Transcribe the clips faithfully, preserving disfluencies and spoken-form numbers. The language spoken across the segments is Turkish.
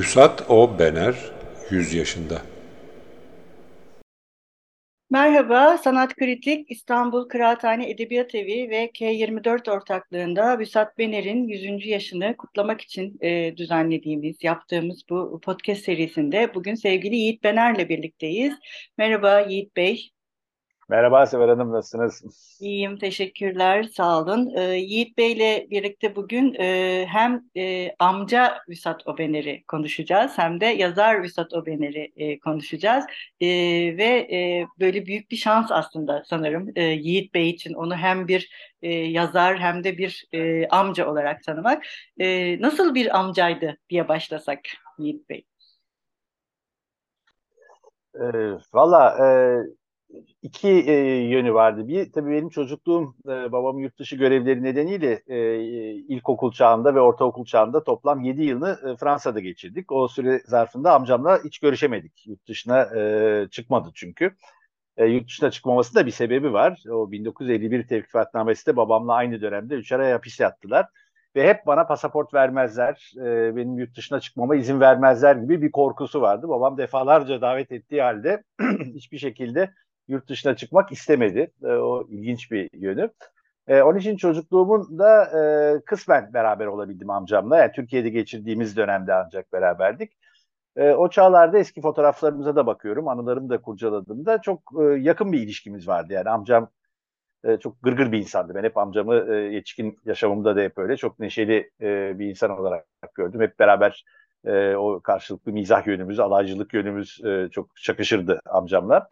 Vüsat O. Bener, yüz yaşında. Merhaba, Sanat Kritik İstanbul Kıraathane Edebiyat Evi ve K yirmi dört ortaklığında Vüsat Bener'in yüzüncü yaşını kutlamak için e, düzenlediğimiz, yaptığımız bu podcast serisinde bugün sevgili Yiğit Bener'le birlikteyiz. Merhaba Yiğit Bey. Merhaba Sever Hanım, nasılsınız? İyiyim, teşekkürler, sağ olun. Ee, Yiğit Bey'le birlikte bugün e, hem e, amca Vüsat Obener'i konuşacağız, hem de yazar Vüsat Obener'i e, konuşacağız. E, ve e, böyle büyük bir şans aslında sanırım e, Yiğit Bey için onu hem bir e, yazar hem de bir e, amca olarak tanımak. E, nasıl bir amcaydı diye başlasak Yiğit Bey? Ee, valla e, iki e, yönü vardı. Bir, tabii benim çocukluğum e, babamın yurt dışı görevleri nedeniyle e, ilkokul çağında ve ortaokul çağında toplam yedi yılını e, Fransa'da geçirdik. O süre zarfında amcamla hiç görüşemedik. Yurt dışına e, çıkmadı çünkü. E, yurt dışına çıkmaması da bir sebebi var. O bin dokuz yüz elli bir tevkifatnamesi de babamla aynı dönemde üçer ay hapis yattılar. Ve hep bana pasaport vermezler, e, benim yurt dışına çıkmama izin vermezler gibi bir korkusu vardı. Babam defalarca davet ettiği halde hiçbir şekilde yurt dışına çıkmak istemedi. E, o ilginç bir yönü. E, onun için çocukluğumun da e, kısmen beraber olabildim amcamla. Yani Türkiye'de geçirdiğimiz dönemde ancak beraberdik. E, o çağlarda eski fotoğraflarımıza da bakıyorum. Anılarımı da kurcaladığımda çok e, yakın bir ilişkimiz vardı. Yani amcam e, çok gırgır bir insandı. Ben hep amcamı e, yetişkin yaşamımda da hep öyle çok neşeli e, bir insan olarak gördüm. Hep beraber e, o karşılıklı mizah yönümüz, alaycılık yönümüz e, çok çakışırdı amcamla.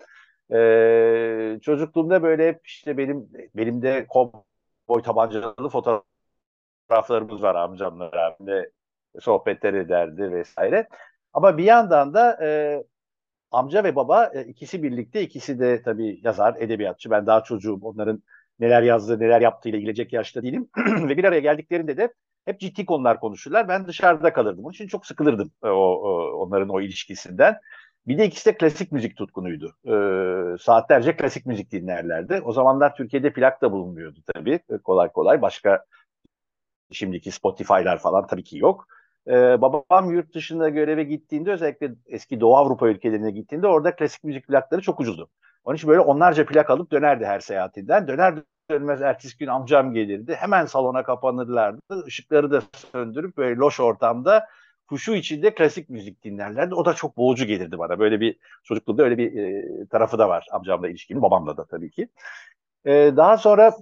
E, çocukluğumda böyle hep işte benim benim kovboy tabancalı fotoğraflarımız var amcamla beraber. Sohbetler ederdi vesaire. Ama bir yandan da e, amca ve baba e, ikisi birlikte, ikisi de tabii yazar, edebiyatçı. Ben daha çocuğum. Onların neler yazdığı, neler yaptığıyla ilgilenecek yaşta değilim. Ve bir araya geldiklerinde de hep ciddi konular konuşurlar. Ben dışarıda kalırdım. Onun için çok sıkılırdım e, o, o onların o ilişkisinden. Bir de ikisi de klasik müzik tutkunuydu. Ee, saatlerce klasik müzik dinlerlerdi. O zamanlar Türkiye'de plak da bulunmuyordu tabii e, kolay kolay. Başka şimdiki Spotify'lar falan tabii ki yok. Ee, babam yurt dışında göreve gittiğinde, özellikle eski Doğu Avrupa ülkelerine gittiğinde, orada klasik müzik plakları çok ucuzdu. Onun için böyle onlarca plak alıp dönerdi her seyahatinden. Döner dönmez ertesi gün amcam gelirdi. Hemen salona kapanırlardı. Işıkları da söndürüp böyle loş ortamda huşu içinde klasik müzik dinlerlerdi. O da çok boğucu gelirdi bana. Böyle bir çocukluğumda öyle bir e, tarafı da var amcamla ilişkinin, babamla da tabii ki. E, daha sonra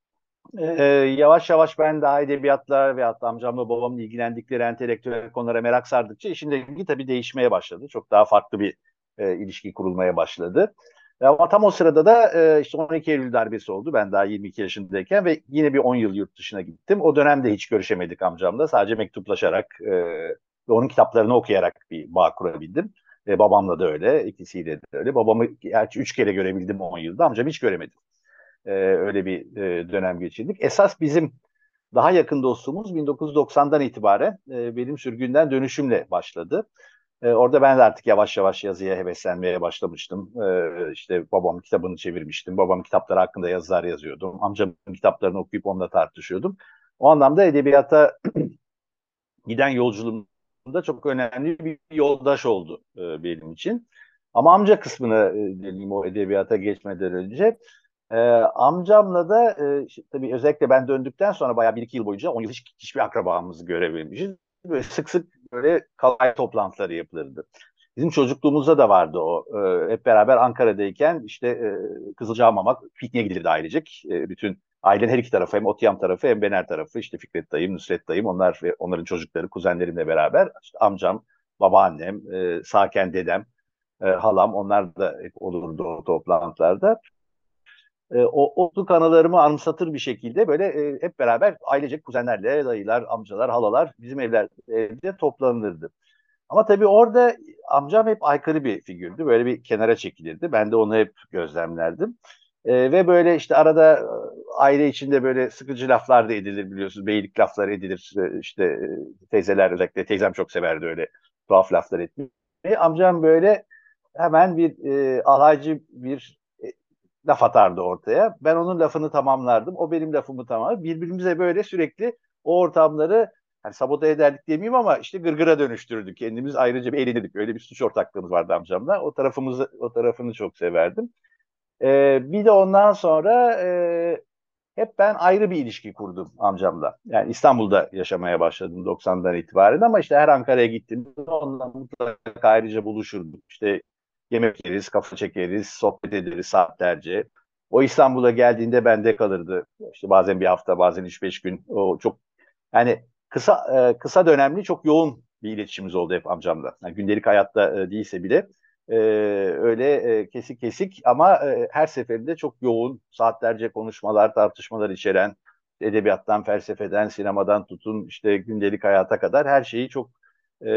ee, yavaş yavaş ben daha edebiyatlar ve hatta amcamla babamın ilgilendikleri entelektüel konulara merak sardıkça işin rengi tabii değişmeye başladı. Çok daha farklı bir e, ilişki kurulmaya başladı. E, Ama tam o sırada da e, işte on iki Eylül darbesi oldu. Ben daha yirmi iki yaşındayken ve yine bir on yıl yurt dışına gittim. O dönemde hiç görüşemedik amcamla. Sadece mektuplaşarak e, ve onun kitaplarını okuyarak bir bağ kurabildim. E, babamla da öyle, ikisiyle de öyle. Babamı gerçi üç kere görebildim on yılda. Amcamı hiç göremedim. E, öyle bir e, dönem geçirdik. Esas bizim daha yakın dostluğumuz bin dokuz yüz doksandan itibaren e, benim sürgünden dönüşümle başladı. E, orada ben de artık yavaş yavaş yazıya heveslenmeye başlamıştım. E, işte babamın kitabını çevirmiştim. Babamın kitapları hakkında yazılar yazıyordum. Amcamın kitaplarını okuyup onunla tartışıyordum. O anlamda edebiyata giden yolculuğumda çok önemli bir yoldaş oldu e, benim için. Ama amca kısmını e, dediğim o edebiyata geçmeden önce e, amcamla da e, işte, tabii özellikle ben döndükten sonra bayağı bir iki yıl boyunca on yıl hiç, hiçbir akrabamızı görememişiz. Böyle sık sık böyle kalay toplantıları yapılırdı. Bizim çocukluğumuzda da vardı o. E, hep beraber Ankara'dayken işte e, Kızılcahamam'a pikniğe gidilirdi ailecek. E, bütün ailenin her iki tarafı, hem Otyam tarafı hem Bener tarafı, işte Fikret dayım, Nusret dayım, onlar ve onların çocukları, kuzenlerimle beraber işte amcam, babaannem, e, Saken dedem, e, halam, onlar da hep olurdu o toplantılarda. E, o otluk anılarımı anımsatır bir şekilde böyle e, hep beraber ailecek kuzenlerle, dayılar, amcalar, halalar bizim evler evde toplanırdı. Ama tabii orada amcam hep aykırı bir figürdü. Böyle bir kenara çekilirdi. Ben de onu hep gözlemlerdim. Ee, ve böyle işte arada e, aile içinde böyle sıkıcı laflar da edilir, biliyorsunuz. Beylik lafları edilir. Ee, işte e, teyzeler, özellikle teyzem çok severdi öyle tuhaf laflar etmeyi. Amcam böyle hemen bir e, alaycı bir e, laf atardı ortaya. Ben onun lafını tamamlardım. O benim lafımı tamamlar. Birbirimize böyle sürekli o ortamları hani sabote ederdik demeyeyim ama işte gırgıra dönüştürürdük. Kendimiz ayrıca bir eğlenirdik. Öyle bir suç ortaklığımız vardı amcamla. O tarafımızı, o tarafını çok severdim. Ee, bir de ondan sonra e, hep ben ayrı bir ilişki kurdum amcamla. Yani İstanbul'da yaşamaya başladım doksandan itibaren ama işte her Ankara'ya gittiğimde onunla mutlaka ayrıca buluşurduk. İşte yemek yeriz, kafa çekeriz, sohbet ederiz saatlerce. O İstanbul'a geldiğinde bende kalırdı. İşte bazen bir hafta, bazen üç beş gün. O çok yani kısa e, kısa dönemli çok yoğun bir iletişimimiz oldu hep amcamla. Yani gündelik hayatta e, değilse bile e, öyle e, kesik kesik ama e, her seferinde çok yoğun saatlerce konuşmalar, tartışmalar içeren edebiyattan, felsefeden, sinemadan tutun işte gündelik hayata kadar her şeyi çok e,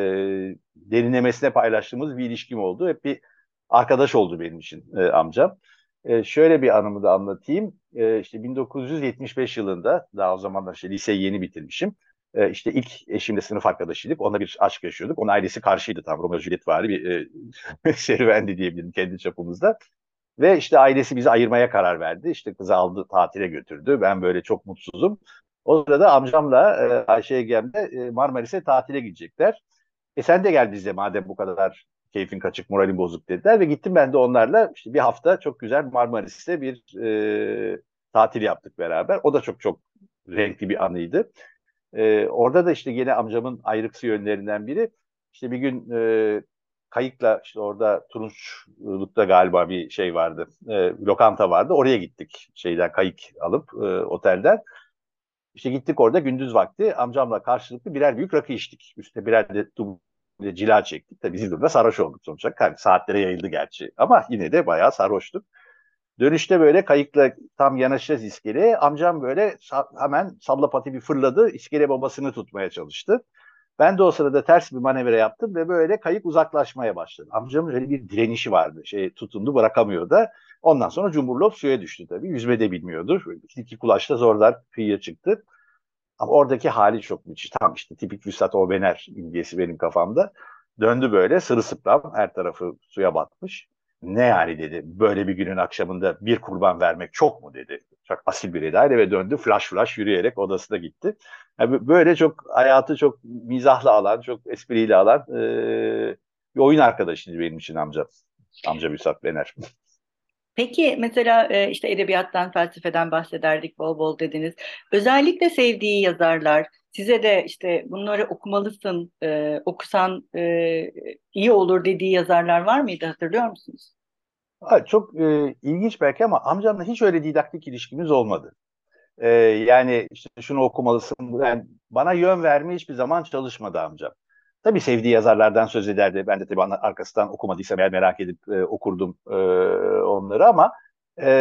derinlemesine paylaştığımız bir ilişkim oldu. Hep bir arkadaş oldu benim için e, amcam. E, şöyle bir anımı da anlatayım. E, işte bin dokuz yüz yetmiş beş yılında daha o zamanlar işte liseyi yeni bitirmişim. E, işte ilk eşimle sınıf arkadaşıydık. Onunla bir aşk yaşıyorduk. Onun ailesi karşıydı tam Romeo Juliet vari bir e, serüvendi diyebilirim kendi çapımızda. Ve işte ailesi bizi ayırmaya karar verdi. İşte kızı aldı tatile götürdü. Ben böyle çok mutsuzum. O sırada amcamla e, Ayşe Yegem'le e, Marmaris'e tatile gidecekler. E sen de gel bize madem bu kadar keyfin kaçık, moralin bozuk dediler ve gittim ben de onlarla işte bir hafta çok güzel Marmaris'te bir e, tatil yaptık beraber. O da çok çok renkli bir anıydı. E, orada da işte yine amcamın ayrıksı yönlerinden biri. İşte bir gün e, kayıkla işte orada Turunçluk'ta galiba bir şey vardı. E, lokanta vardı. Oraya gittik şeyden kayık alıp e, otelden. İşte gittik orada gündüz vakti amcamla karşılıklı birer büyük rakı içtik. Üstüne birer de duble cila çektik. Tabii biz de sarhoş olduk sonuçta. Yani saatlere yayıldı gerçi. Ama yine de bayağı sarhoştuk. Dönüşte böyle kayıkla tam yanaşacağız iskeleye. Amcam böyle sa- hemen sallapati bir fırladı. İskele babasını tutmaya çalıştı. Ben de o sırada ters bir manevra yaptım ve böyle kayık uzaklaşmaya başladı. Amcamın öyle bir direnişi vardı. Şey tutundu bırakamıyor da. Ondan sonra cumburlop suya düştü tabii. Yüzme de bilmiyordu. İki, iki kulaçla zorlar kıyıya çıktı. Ama oradaki hali çok müthiş. Tam işte tipik Vüsat Obener imgesi benim kafamda. Döndü böyle sırılsıklam her tarafı suya batmış. Ne yani dedi böyle bir günün akşamında bir kurban vermek çok mu dedi. Çok asil bir edayla ve döndü flash flash yürüyerek odasına gitti. Yani böyle çok hayatı çok mizahla alan, çok espriyle alan e, bir oyun arkadaşıydı benim için amca. Amca Vüsat Bener. Peki mesela e, işte edebiyattan, felsefeden bahsederdik bol bol dediniz. Özellikle sevdiği yazarlar, size de işte bunları okumalısın, e, okusan e, iyi olur dediği yazarlar var mıydı hatırlıyor musunuz? Ha, çok e, ilginç belki ama amcamla hiç öyle didaktik ilişkimiz olmadı. Ee, yani işte şunu okumalısın. Yani bana yön vermeye hiçbir zaman çalışmadı amcam. Tabii sevdiği yazarlardan söz ederdi. Ben de tabii arkasından okumadıysam eğer merak edip e, okurdum e, onları ama e,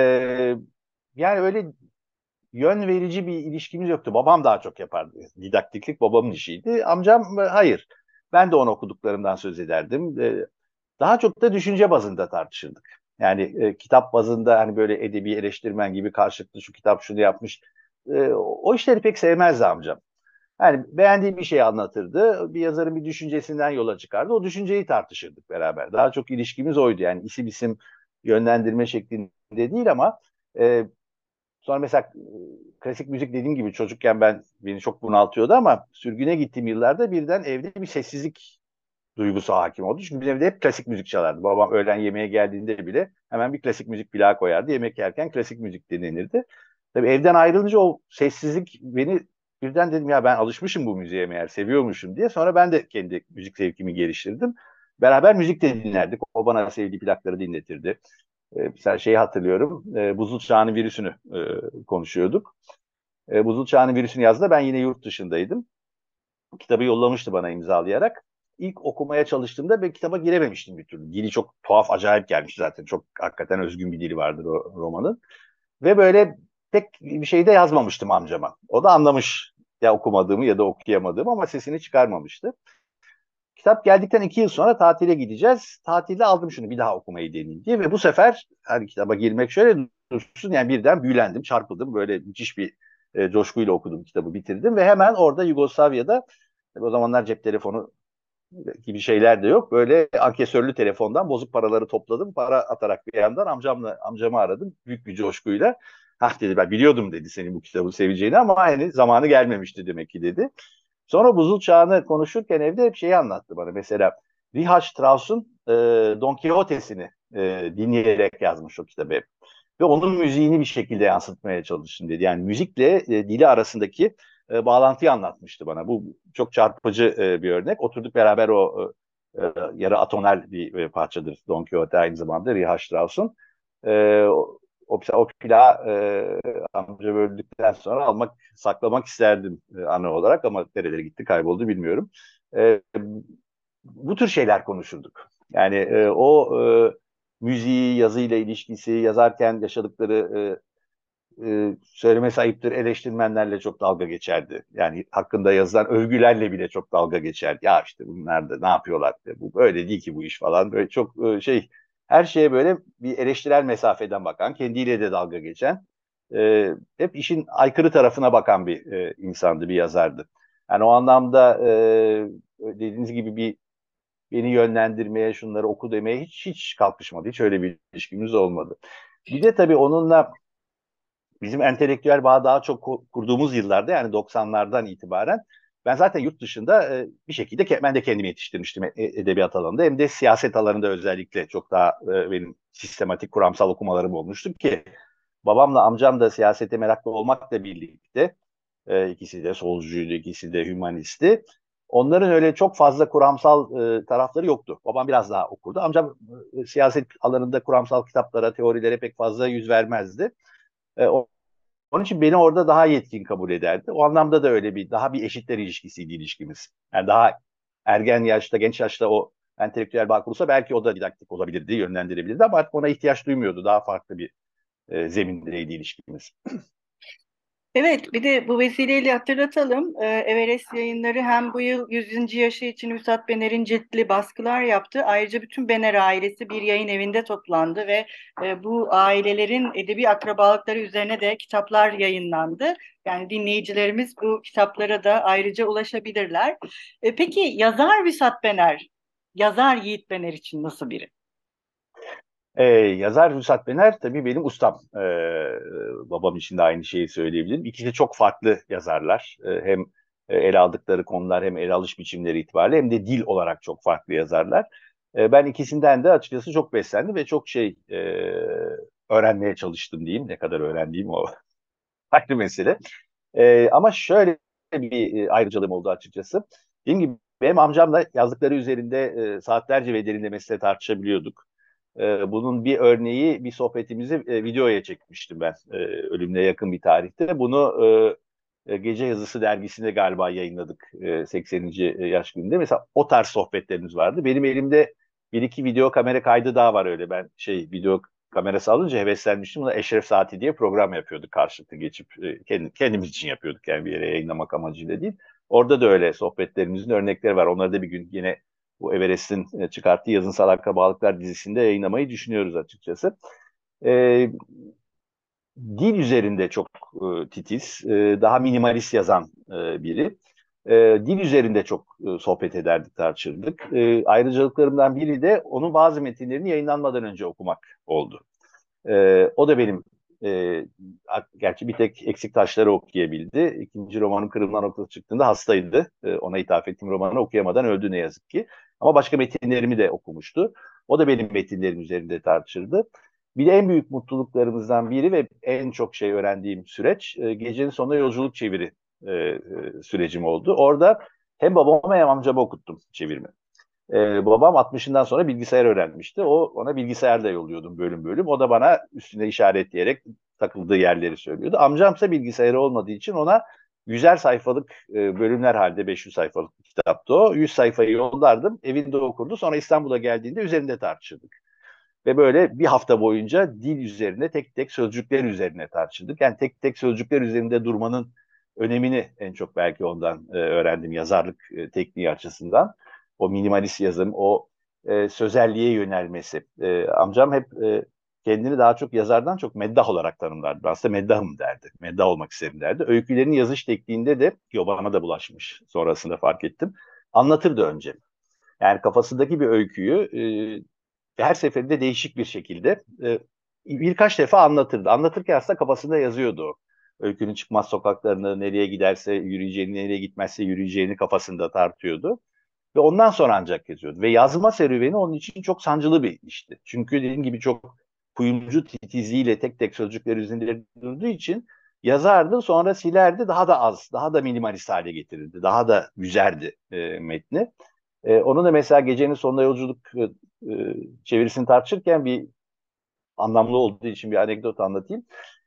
yani öyle yön verici bir ilişkimiz yoktu. Babam daha çok yapardı. Didaktiklik babamın işiydi. Amcam e, hayır. Ben de onu okuduklarımdan söz ederdim. E, daha çok da düşünce bazında tartışırdık. Yani e, kitap bazında hani böyle edebi eleştirmen gibi karşılıklı şu kitap şunu yapmış. E, o işleri pek sevmezdi amcam. Yani beğendiği bir şey anlatırdı. Bir yazarın bir düşüncesinden yola çıkardı. O düşünceyi tartışırdık beraber. Daha çok ilişkimiz oydu. Yani isim isim yönlendirme şeklinde değil ama e, sonra mesela e, klasik müzik dediğim gibi çocukken ben beni çok bunaltıyordu ama sürgüne gittiğim yıllarda birden evde bir sessizlik duygusu hakim oldu. Çünkü bizim evde hep klasik müzik çalardı. Babam öğlen yemeğe geldiğinde bile hemen bir klasik müzik plağı koyardı. Yemek yerken klasik müzik dinlenirdi. Tabii evden ayrılınca o sessizlik beni birden dedim ya ben alışmışım bu müziğe meğer seviyormuşum diye. Sonra ben de kendi müzik zevkimi geliştirdim. Beraber müzik de dinlerdik. O bana sevdiği plakları dinletirdi. Ee, mesela şeyi hatırlıyorum. E, Buzul Çağı'nın virüsünü e, konuşuyorduk. E, Buzul Çağı'nın virüsünü yazdı. Ben yine yurt dışındaydım. Kitabı yollamıştı bana imzalayarak. İlk okumaya çalıştığımda ben kitaba girememiştim bir türlü. Dili çok tuhaf, acayip gelmiş zaten. Çok hakikaten özgün bir dili vardır o romanın. Ve böyle pek bir şey de yazmamıştım amcama. O da anlamış ya okumadığımı ya da okuyamadığımı ama sesini çıkarmamıştı. Kitap geldikten iki yıl sonra tatile gideceğiz. Tatilde aldım şunu bir daha okumayı deneyeyim diye ve bu sefer hani kitaba girmek şöyle dursun yani birden büyülendim, çarpıldım. Böyle müthiş bir e, coşkuyla okudum kitabı bitirdim ve hemen orada Yugoslavya'da o zamanlar cep telefonu gibi şeyler de yok. Böyle ankesörlü telefondan bozuk paraları topladım. Para atarak bir yandan amcamla amcamı aradım büyük bir coşkuyla. Hah dedi ben biliyordum dedi senin bu kitabı seveceğini ama hani zamanı gelmemişti demek ki dedi. Sonra buzul çağını konuşurken evde hep şeyi anlattı bana. Mesela Richard Strauss'un e, Don Quixote'sini e, dinleyerek yazmış o kitabı hep. Ve onun müziğini bir şekilde yansıtmaya çalıştım dedi. Yani müzikle e, dili arasındaki e, bağlantıyı anlatmıştı bana. Bu çok çarpıcı e, bir örnek. Oturduk beraber o e, e, yarı atonel bir e, parçadır Don Quixote aynı zamanda Richard Strauss'un. E, o, o, o plağı e, amca öldükten sonra almak, saklamak isterdim e, anı olarak ama nerelere gitti kayboldu bilmiyorum. E, Bu tür şeyler konuşurduk. Yani e, o e, müziği, yazıyla ilişkisi, yazarken yaşadıkları e, e, söylemesi ayıptır eleştirmenlerle çok dalga geçerdi. Yani hakkında yazılan övgülerle bile çok dalga geçerdi. Ya işte bunlar da ne yapıyorlar? Bu böyle değil ki bu iş falan. Böyle çok e, şey her şeye böyle bir eleştirel mesafeden bakan, kendiyle de dalga geçen, e, hep işin aykırı tarafına bakan bir e, insandı, bir yazardı. Yani o anlamda e, dediğiniz gibi bir beni yönlendirmeye, şunları oku demeye hiç hiç kalkışmadı. Hiç öyle bir ilişkimiz olmadı. Bir de tabii onunla bizim entelektüel bağ daha çok kurduğumuz yıllarda yani doksanlardan itibaren ben zaten yurt dışında e, bir şekilde ke- ben de kendimi yetiştirmiştim e- edebiyat alanında. Hem de siyaset alanında özellikle çok daha e, benim sistematik kuramsal okumalarım olmuştu ki babamla amcam da siyasete meraklı olmakla birlikte e, ikisi de solcuydu, ikisi de hümanisti. Onların öyle çok fazla kuramsal e, tarafları yoktu. Babam biraz daha okurdu. Amcam e, siyaset alanında kuramsal kitaplara, teorilere pek fazla yüz vermezdi. E, o- Onun için beni orada daha yetkin kabul ederdi. O anlamda da öyle bir daha bir eşitler ilişkisiydi ilişkimiz. Yani daha ergen yaşta, genç yaşta o entelektüel bağ kurulsa belki o da didaktik olabilirdi, yönlendirebilirdi ama artık ona ihtiyaç duymuyordu. Daha farklı bir e, zemindeydi ilişkimiz. Evet, bir de bu vesileyle hatırlatalım. Ee, Everest Yayınları hem bu yıl yüzüncü yaşı için Üstad Bener'in ciltli baskılar yaptı. Ayrıca bütün Bener ailesi bir yayın evinde toplandı ve e, bu ailelerin edebi akrabalıkları üzerine de kitaplar yayınlandı. Yani dinleyicilerimiz bu kitaplara da ayrıca ulaşabilirler. E, peki yazar Üstad Bener, yazar Yiğit Bener için nasıl biri? Ee, yazar Hüsat Bener tabii benim ustam. Ee, babam için de aynı şeyi söyleyebilirim. İkisi de çok farklı yazarlar. Ee, hem e, ele aldıkları konular hem ele alış biçimleri itibariyle hem de dil olarak çok farklı yazarlar. Ee, ben ikisinden de açıkçası çok beslendim ve çok şey e, öğrenmeye çalıştım diyeyim. Ne kadar öğrendiğim o ayrı mesele. Ee, ama şöyle bir e, ayrıcalığım oldu açıkçası. Dediğim gibi benim amcamla yazdıkları üzerinde e, saatlerce ve derinlemesine tartışabiliyorduk. E, bunun bir örneği bir sohbetimizi e, videoya çekmiştim ben e, ölümüne yakın bir tarihte. Bunu e, e, Gece Yazısı dergisinde galiba yayınladık e, sekseninci yaş gününde. Mesela o tarz sohbetlerimiz vardı. Benim elimde bir iki video kamera kaydı daha var öyle. Ben şey video kamerası alınca heveslenmiştim. Buna Eşref Saati diye program yapıyorduk karşılıklı geçip e, kendi, kendimiz için yapıyorduk yani bir yere yayınlamak amacıyla değil. Orada da öyle sohbetlerimizin örnekleri var. Onları da bir gün yine bu Everest'in e, çıkarttığı Yazınsal Akrabalıklar dizisinde yayınlamayı düşünüyoruz açıkçası. E, Dil üzerinde çok e, titiz, e, daha minimalist yazan e, biri. E, dil üzerinde çok e, sohbet ederdik, tartışırdık. E, ayrıcalıklarımdan biri de onun bazı metinlerini yayınlanmadan önce okumak oldu. E, o da benim e, gerçi bir tek Eksik Taşları okuyabildi. İkinci romanım Kırım'dan Noktası çıktığında hastaydı. E, ona ithaf ettiğim romanı okuyamadan öldü ne yazık ki. Ama başka metinlerimi de okumuştu. O da benim metinlerim üzerinde tartışırdı. Bir de en büyük mutluluklarımızdan biri ve en çok şey öğrendiğim süreç e, Gecenin Sonunda Yolculuk Çeviri e, e, sürecim oldu. Orada hem babama hem amcama okuttum çevirimi. Ee, babam altmışından sonra bilgisayar öğrenmişti. O ona bilgisayarla yolluyordum bölüm bölüm. O da bana üstüne işaretleyerek takıldığı yerleri söylüyordu. Amcamsa bilgisayarı olmadığı için ona yüzer sayfalık e, bölümler halde beş yüz sayfalık bir kitaptı o. yüz sayfayı yollardım. Evinde okurdu. Sonra İstanbul'a geldiğinde üzerinde tartışırdık. Ve böyle bir hafta boyunca dil üzerine tek tek sözcükler üzerine tartışırdık. Yani tek tek sözcükler üzerinde durmanın önemini en çok belki ondan e, öğrendim yazarlık e, tekniği açısından. O minimalist yazım, o e, sözelliğe yönelmesi. E, amcam hep e, kendini daha çok yazardan çok meddah olarak tanımlardı. Ben aslında meddahım derdi. Meddah olmak isterim derdi. Öykülerin yazış tekniğinde de, yo bana da bulaşmış sonrasında fark ettim. Anlatırdı önce. Yani kafasındaki bir öyküyü her seferinde değişik bir şekilde e, birkaç defa anlatırdı. Anlatırken aslında kafasında yazıyordu o. Öykünün çıkmaz sokaklarını, nereye giderse yürüyeceğini, nereye gitmezse yürüyeceğini kafasında tartıyordu. Ve ondan sonra ancak yazıyordu. Ve yazma serüveni onun için çok sancılı bir işti. Çünkü dediğim gibi çok kuyumcu titiziyle tek tek sözcükler üzerinde durduğu için yazardı, sonra silerdi, daha da az, daha da minimalist hale getirirdi. Daha da yüzerdi e, metni. E, onun da mesela Gecenin Sonunda Yolculuk e, e, çevirisini tartışırken bir anlamlı olduğu için bir anekdot anlatayım.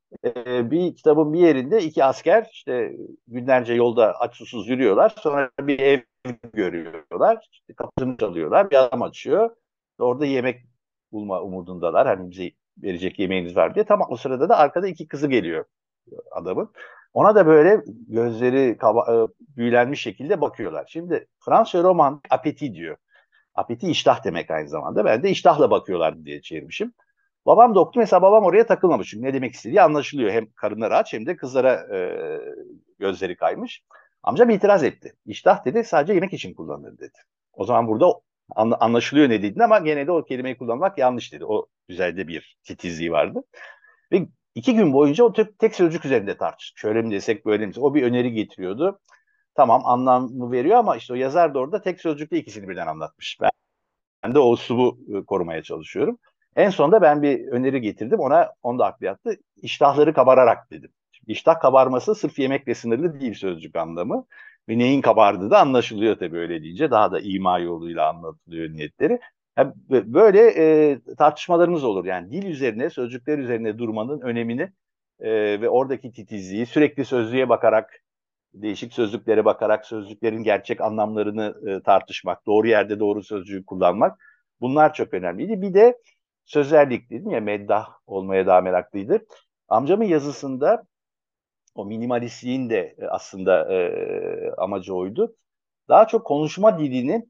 E, bir kitabın bir yerinde iki asker işte günlerce yolda aç susuz yürüyorlar. Sonra bir ev görüyorlar. İşte kapısını çalıyorlar. Bir adam açıyor. Orada yemek bulma umudundalar. Hani bize verecek yemeğiniz var diye. Tamam, o sırada da arkada iki kızı geliyor adamın. Ona da böyle gözleri kaba, e, büyülenmiş şekilde bakıyorlar. Şimdi Fransız roman apeti diyor. Apeti iştah demek aynı zamanda. Ben de iştahla bakıyorlar diye çevirmişim. Babam doktor, mesela babam oraya takılmamış. Çünkü ne demek istediği anlaşılıyor. Hem karınları aç hem de kızlara e, gözleri kaymış. Amcam itiraz etti. İştah dedi, sadece yemek için kullanılır dedi. O zaman burada an, anlaşılıyor ne dediğini, ama gene de o kelimeyi kullanmak yanlış dedi. O düzeyde bir titizliği vardı. Ve iki gün boyunca o tek, tek sözcük üzerinde tartıştık. Şöyle mi desek, böyle mi desek. O bir öneri getiriyordu. Tamam, anlamı veriyor ama işte o yazar da orada tek sözcükle ikisini birden anlatmış. Ben de o üslubu e, korumaya çalışıyorum. En sonunda ben bir öneri getirdim. Ona, onu da aklı yattı. İştahları kabararak dedim. İştah kabarması sırf yemekle sınırlı değil sözcük anlamı. Ve neyin kabardığı da anlaşılıyor tabii öyle deyince. Daha da ima yoluyla anlatılıyor niyetleri. Yani böyle e, tartışmalarımız olur. Yani dil üzerine, sözcükler üzerine durmanın önemini e, ve oradaki titizliği, sürekli sözlüğe bakarak, değişik sözlüklere bakarak sözcüklerin gerçek anlamlarını e, tartışmak, doğru yerde doğru sözcüğü kullanmak, bunlar çok önemliydi. Bir de sözlerlik dedim ya, meddah olmaya daha meraklıydı. Amcamın yazısında o minimalistliğin de e, aslında e, amacı oydu. Daha çok konuşma dilini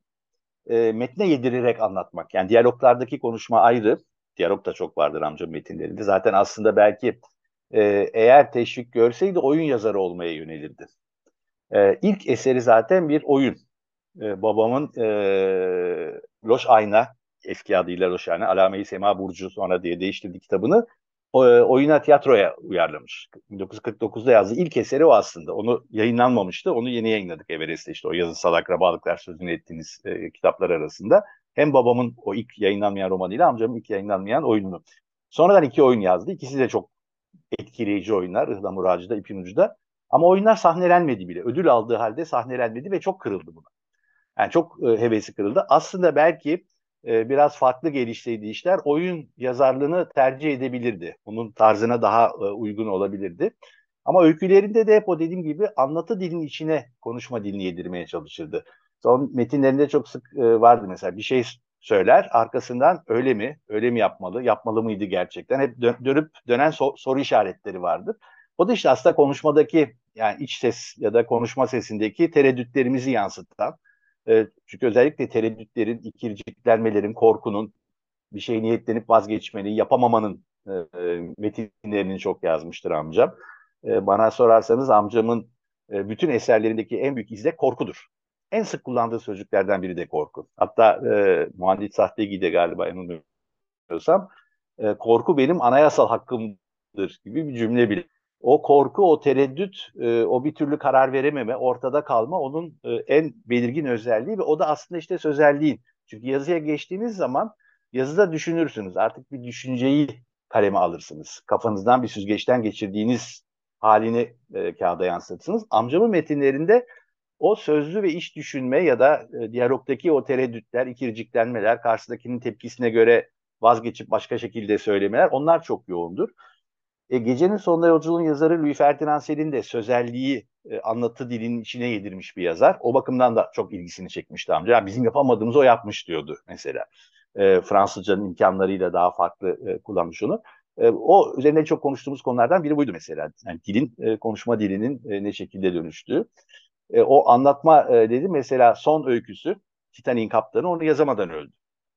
e, metne yedirerek anlatmak. Yani diyaloglardaki konuşma ayrı. Diyalog da çok vardır amcamın metinlerinde. Zaten aslında belki e, eğer teşvik görseydi oyun yazarı olmaya yönelirdi. Ee, ilk eseri zaten bir oyun. Ee, babamın e, Loş Ayna, eski adıyla Loş Ayna, Alame-i Sema Burcu sonra diye değiştirdi kitabını. O, e, oyuna, tiyatroya uyarlamış. bin dokuz yüz kırk dokuzda yazdığı ilk eseri o aslında. Onu yayınlanmamıştı. Onu yeni yayınladık Everest'te, işte o yazısal akrabalıklar sözünü ettiğiniz e, kitaplar arasında. Hem babamın o ilk yayınlanmayan romanıyla amcamın ilk yayınlanmayan oyununu. Sonradan iki oyun yazdı. İkisi de çok etkileyici oyunlar. Ihlamur Ağacı'da, İpin Ucu'da. Ama oyunlar sahnelenmedi bile. Ödül aldığı halde sahnelenmedi ve çok kırıldı buna. Yani çok e, hevesi kırıldı. Aslında belki e, biraz farklı gelişseydi işler, oyun yazarlığını tercih edebilirdi. Bunun tarzına daha e, uygun olabilirdi. Ama öykülerinde de hep o dediğim gibi anlatı dilinin içine konuşma dilini yedirmeye çalışırdı. Son metinlerinde çok sık e, vardı mesela, bir şey söyler, arkasından öyle mi, öyle mi yapmalı, yapmalı mıydı gerçekten? Hep dö- dönüp dönen so- soru işaretleri vardır. O da işte aslında konuşmadaki, yani iç ses ya da konuşma sesindeki tereddütlerimizi yansıtan. E, çünkü özellikle tereddütlerin, ikirciklenmelerin, korkunun, bir şey niyetlenip vazgeçmenin, yapamamanın e, e, metinlerini çok yazmıştır amcam. E, bana sorarsanız amcamın e, bütün eserlerindeki en büyük izle korkudur. En sık kullandığı sözcüklerden biri de korku. Hatta e, Muhandis Sahtegi'de galiba yanılmıyorsam e, korku benim anayasal hakkımdır gibi bir cümle bile. O korku, o tereddüt, e, o bir türlü karar verememe, ortada kalma onun e, en belirgin özelliği ve o da aslında işte sözelliğin. Çünkü yazıya geçtiğiniz zaman yazıda düşünürsünüz. Artık bir düşünceyi kaleme alırsınız. Kafanızdan bir süzgeçten geçirdiğiniz halini e, kağıda yansıtırsınız. Amcamın metinlerinde o sözlü ve iş düşünme ya da e, diyalogdaki o tereddütler, ikirciklenmeler, karşıdakinin tepkisine göre vazgeçip başka şekilde söylemeler, onlar çok yoğundur. E, Gecenin Sonunda Yolculuğun yazarı Louis Ferdinand Selin de sözelliği e, anlatı dilinin içine yedirmiş bir yazar. O bakımdan da çok ilgisini çekmişti amca. Yani bizim yapamadığımızı o yapmış diyordu mesela. E, Fransızcanın imkanlarıyla daha farklı e, kullanmış onu. E, o üzerinde çok konuştuğumuz konulardan biri buydu mesela. Yani dilin, e, konuşma dilinin e, ne şekilde dönüştüğü. E, o anlatma e, dedi mesela, son öyküsü Titanic'in kaptanı onu yazamadan öldü.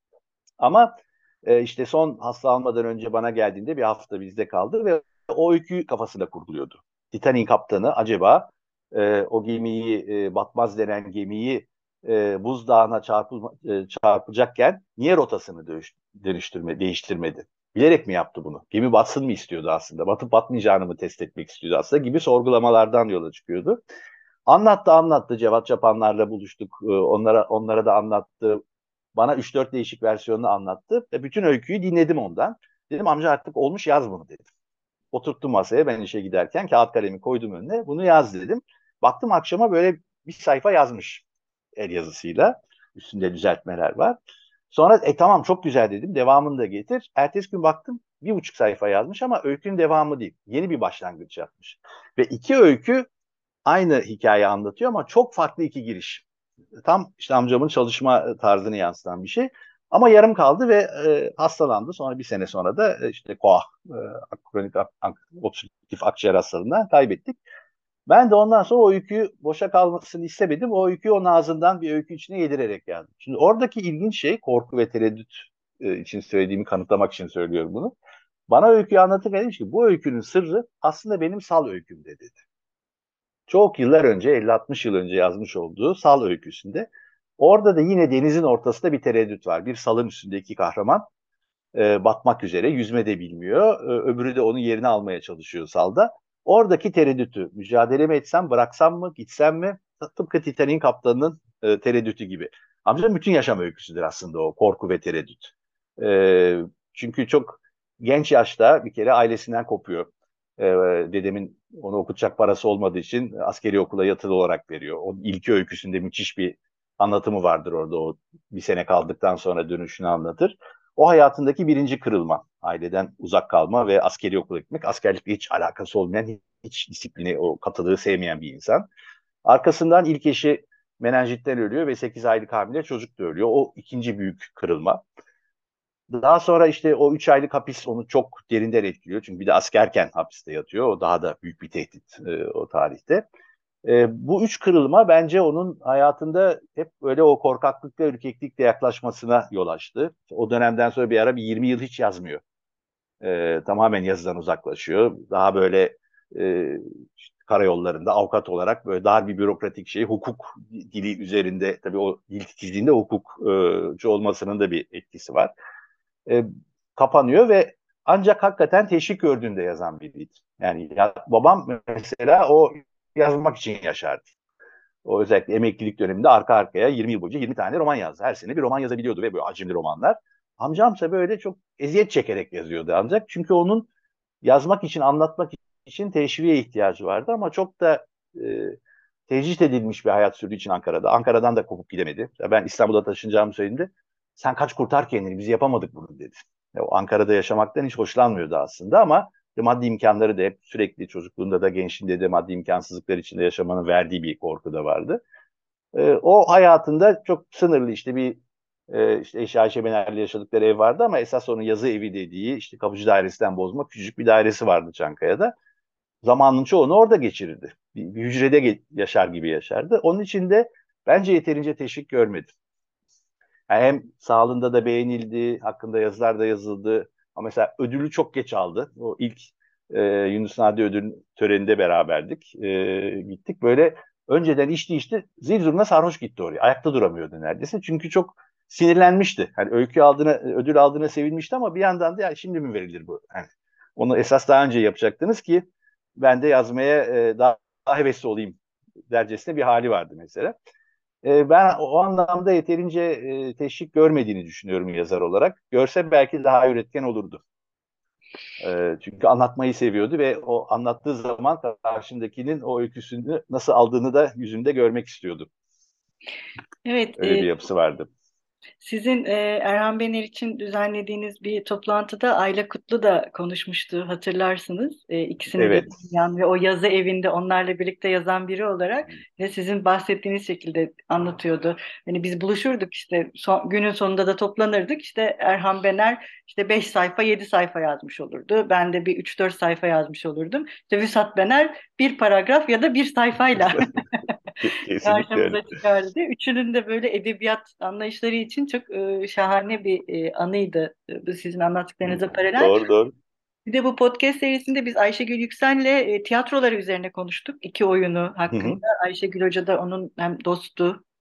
Ama e, işte son hastalanmadan önce bana geldiğinde bir hafta bizde kaldı ve o öyküyü kafasında kurguluyordu. Titanic'in kaptanı acaba e, o gemiyi, e, batmaz denen gemiyi e, buzdağına çarpı, e, çarpacakken niye rotasını dönüş, dönüştürme, değiştirmedi? Bilerek mi yaptı bunu? Gemi batsın mı istiyordu aslında? Batıp batmayacağını mı test etmek istiyordu aslında gibi sorgulamalardan yola çıkıyordu. Anlattı anlattı. Cevat Çapanlar'la buluştuk. Ee, Onlara onlara da anlattı. Bana üç dört değişik versiyonunu anlattı. Ve bütün öyküyü dinledim ondan. Dedim amca artık olmuş, yaz bunu dedim. Oturttum masaya ben işe giderken, kağıt kalemi koydum önüne. Bunu yaz dedim. Baktım akşama böyle bir sayfa yazmış el yazısıyla. Üstünde düzeltmeler var. Sonra e tamam çok güzel dedim. Devamını da getir. Ertesi gün baktım bir buçuk sayfa yazmış ama öykünün devamı değil. Yeni bir başlangıç yapmış. Ve iki öykü aynı hikaye anlatıyor ama çok farklı iki giriş. Tam işte amcamın çalışma tarzını yansıtan bir şey. Ama yarım kaldı ve e, hastalandı. Sonra bir sene sonra da e, işte koah, e, kronik ak- ak- obstrüktif akciğer hastalığından kaybettik. Ben de ondan sonra o öyküyü boşa kalmasını istemedim. O öyküyü onun ağzından bir öykü içine yedirerek yazdım. Şimdi oradaki ilginç şey, korku ve tereddüt e, için söylediğimi kanıtlamak için söylüyorum bunu. Bana öyküyü anlatırken demiş ki bu öykünün sırrı aslında benim sal öykümde dedi. Çok yıllar önce, elli altmış yıl önce yazmış olduğu Sal öyküsünde. Orada da yine denizin ortasında bir tereddüt var. Bir salın üstündeki kahraman e, batmak üzere, yüzme de bilmiyor. E, öbürü de onun yerini almaya çalışıyor salda. Oradaki tereddütü, mücadele mi etsem, bıraksam mı, gitsem mi? Tıpkı Titanic'in kaptanının e, tereddütü gibi. Amcam bütün yaşam öyküsüdür aslında o korku ve tereddüt. E, çünkü çok genç yaşta bir kere ailesinden kopuyor. E, dedemin onu okutacak parası olmadığı için askeri okula yatılı olarak veriyor. O ilki öyküsünde müthiş bir anlatımı vardır orada. O bir sene kaldıktan sonra dönüşünü anlatır. O hayatındaki birinci kırılma. Aileden uzak kalma ve askeri okula gitmek. Askerlikle hiç alakası olmayan, hiç disiplini, o katılığı sevmeyen bir insan. Arkasından ilk eşi menenjitten ölüyor ve sekiz aylık hamile çocuk da ölüyor. O ikinci büyük kırılma. Daha sonra işte o üç aylık hapis onu çok derinden etkiliyor. Çünkü bir de askerken hapiste yatıyor. O daha da büyük bir tehdit e, o tarihte. E, bu üç kırılma bence onun hayatında hep böyle o korkaklıkla, ürkeklikle yaklaşmasına yol açtı. O dönemden sonra bir ara bir yirmi yıl hiç yazmıyor. E, tamamen yazıdan uzaklaşıyor. Daha böyle e, işte karayollarında avukat olarak böyle dar bir bürokratik şey, hukuk dili üzerinde, tabii o dil titizliğinde hukukçu olmasının da bir etkisi var. E, kapanıyor ve ancak hakikaten teşvik gördüğünde yazan biriydi. Yani ya, babam mesela o yazmak için yaşardı. O özellikle emeklilik döneminde arka arkaya yirmi yıl boyunca yirmi tane roman yazdı. Her sene bir roman yazabiliyordu ve böyle hacimli romanlar. Amcamsa böyle çok eziyet çekerek yazıyordu ancak. Çünkü onun yazmak için, anlatmak için teşviğe ihtiyacı vardı ama çok da e, tecrit edilmiş bir hayat sürdüğü için Ankara'da. Ankara'dan da kopup gidemedi. Ben İstanbul'a taşınacağımı söylediğimde sen kaç kurtar kendini, biz yapamadık bunu dedi. Ya, o Ankara'da yaşamaktan hiç hoşlanmıyordu aslında ama maddi imkanları da hep sürekli çocukluğunda da gençliğinde de maddi imkansızlıklar içinde yaşamanın verdiği bir korku da vardı. E, o hayatında çok sınırlı işte bir e, işte eşi Ayşe Bener'le yaşadıkları ev vardı ama esas onun yazı evi dediği işte Kapıcı Dairesi'nden bozma küçücük bir dairesi vardı Çankaya'da. Zamanın çoğunu orada geçirirdi. Bir, bir hücrede ge- yaşar gibi yaşardı. Onun için de bence yeterince teşvik görmedi. Yani hem sağlığında da beğenildi, hakkında yazılar da yazıldı. Ama mesela ödülü çok geç aldı. O ilk e, Yunus Nadi ödül töreninde beraberdik. E, gittik böyle önceden içti içti zil zurna sarhoş gitti oraya. Ayakta duramıyordu neredeyse. Çünkü çok sinirlenmişti. Hani öykü aldığına, ödül aldığına sevinmişti ama bir yandan da ya şimdi mi verilir bu? Yani onu esas daha önce yapacaktınız ki ben de yazmaya e, daha, daha hevesli olayım dercesine bir hali vardı mesela. E, ben o anlamda yeterince e, teşvik görmediğini düşünüyorum yazar olarak. Görse belki daha üretken olurdu. E, çünkü anlatmayı seviyordu ve o anlattığı zaman karşındakinin o öyküsünü nasıl aldığını da yüzünde görmek istiyordu. Evet, Öyle e, bir yapısı vardı. sizin e, Erhan Bener için düzenlediğiniz bir toplantıda Ayla Kutlu da konuşmuştu, hatırlarsınız. E, ikisini de Evet. tanıyan ve o yazı evinde onlarla birlikte yazan biri olarak ve sizin bahsettiğiniz şekilde anlatıyordu. Hani biz buluşurduk işte son, günün sonunda da toplanırdık. İşte Erhan Bener işte beş sayfa yedi sayfa yazmış olurdu. Ben de bir üç dört sayfa yazmış olurdum. İşte Vüsat Bener bir paragraf ya da bir sayfayla Kesinlikle öyle. karşımıza çıkardı. Üçünün de böyle edebiyat anlayışları için çok e, şahane bir e, anıydı e, bu sizin anlattıklarınıza paralel. Doğru doğru. Bir de bu podcast serisinde biz Ayşegül Yüksel'le e, tiyatroları üzerine konuştuk. İki oyunu Hı hı. hakkında. Ayşegül Hoca da onun hem dostu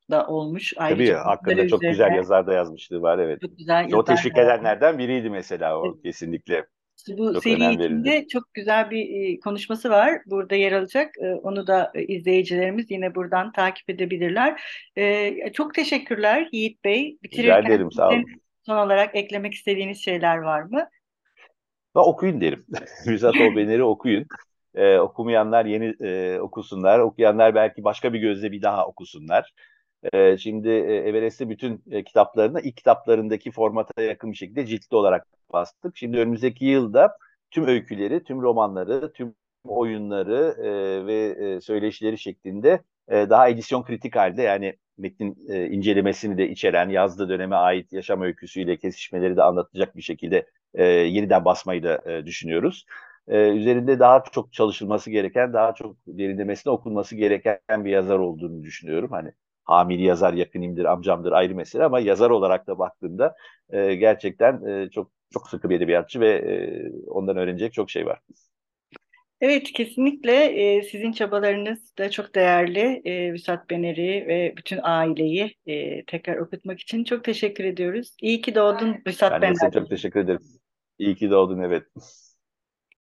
da olmuş. Tabii Ayrıca çocukları hakkında çok güzel üzerine yazar da yazmışlığı var, evet. çok güzel İşte o yazar teşvik da var. edenlerden biriydi mesela, o kesinlikle. İşte bu Çok seri önem verildi. içinde çok güzel bir e, konuşması var. Burada yer alacak. E, onu da e, izleyicilerimiz yine buradan takip edebilirler. E, çok teşekkürler Yiğit Bey. Rica Bitirirken ederim, sağ sizin olun. son olarak eklemek istediğiniz şeyler var mı? Ve okuyun derim. Müjdat Obener'i okuyun. Ee, okumayanlar yeni e, okusunlar. Okuyanlar belki başka bir gözle bir daha okusunlar. Ee, şimdi e, Everest'te bütün e, kitaplarını ilk kitaplarındaki formata yakın bir şekilde ciltli olarak bastık. Şimdi önümüzdeki yılda tüm öyküleri, tüm romanları, tüm oyunları e, ve e, söyleşileri şeklinde e, daha edisyon kritik halde, yani metnin e, incelemesini de içeren, yazdığı döneme ait yaşam öyküsüyle kesişmeleri de anlatacak bir şekilde e, yeniden basmayı da e, düşünüyoruz. E, üzerinde daha çok çalışılması gereken, daha çok derinlemesine okunması gereken bir yazar olduğunu düşünüyorum. Hani hamili yazar, yakınımdır, amcamdır ayrı mesele, ama yazar olarak da baktığımda e, gerçekten e, çok çok sıkı bir edebiyatçı ve e, ondan öğrenecek çok şey var. Evet, kesinlikle e, sizin çabalarınız da çok değerli. E, Vüsat Bener'i ve bütün aileyi e, tekrar okutmak için çok teşekkür ediyoruz. İyi ki doğdun Vüsat Ben de Bener. size çok teşekkür ederim. İyi ki doğdun, evet.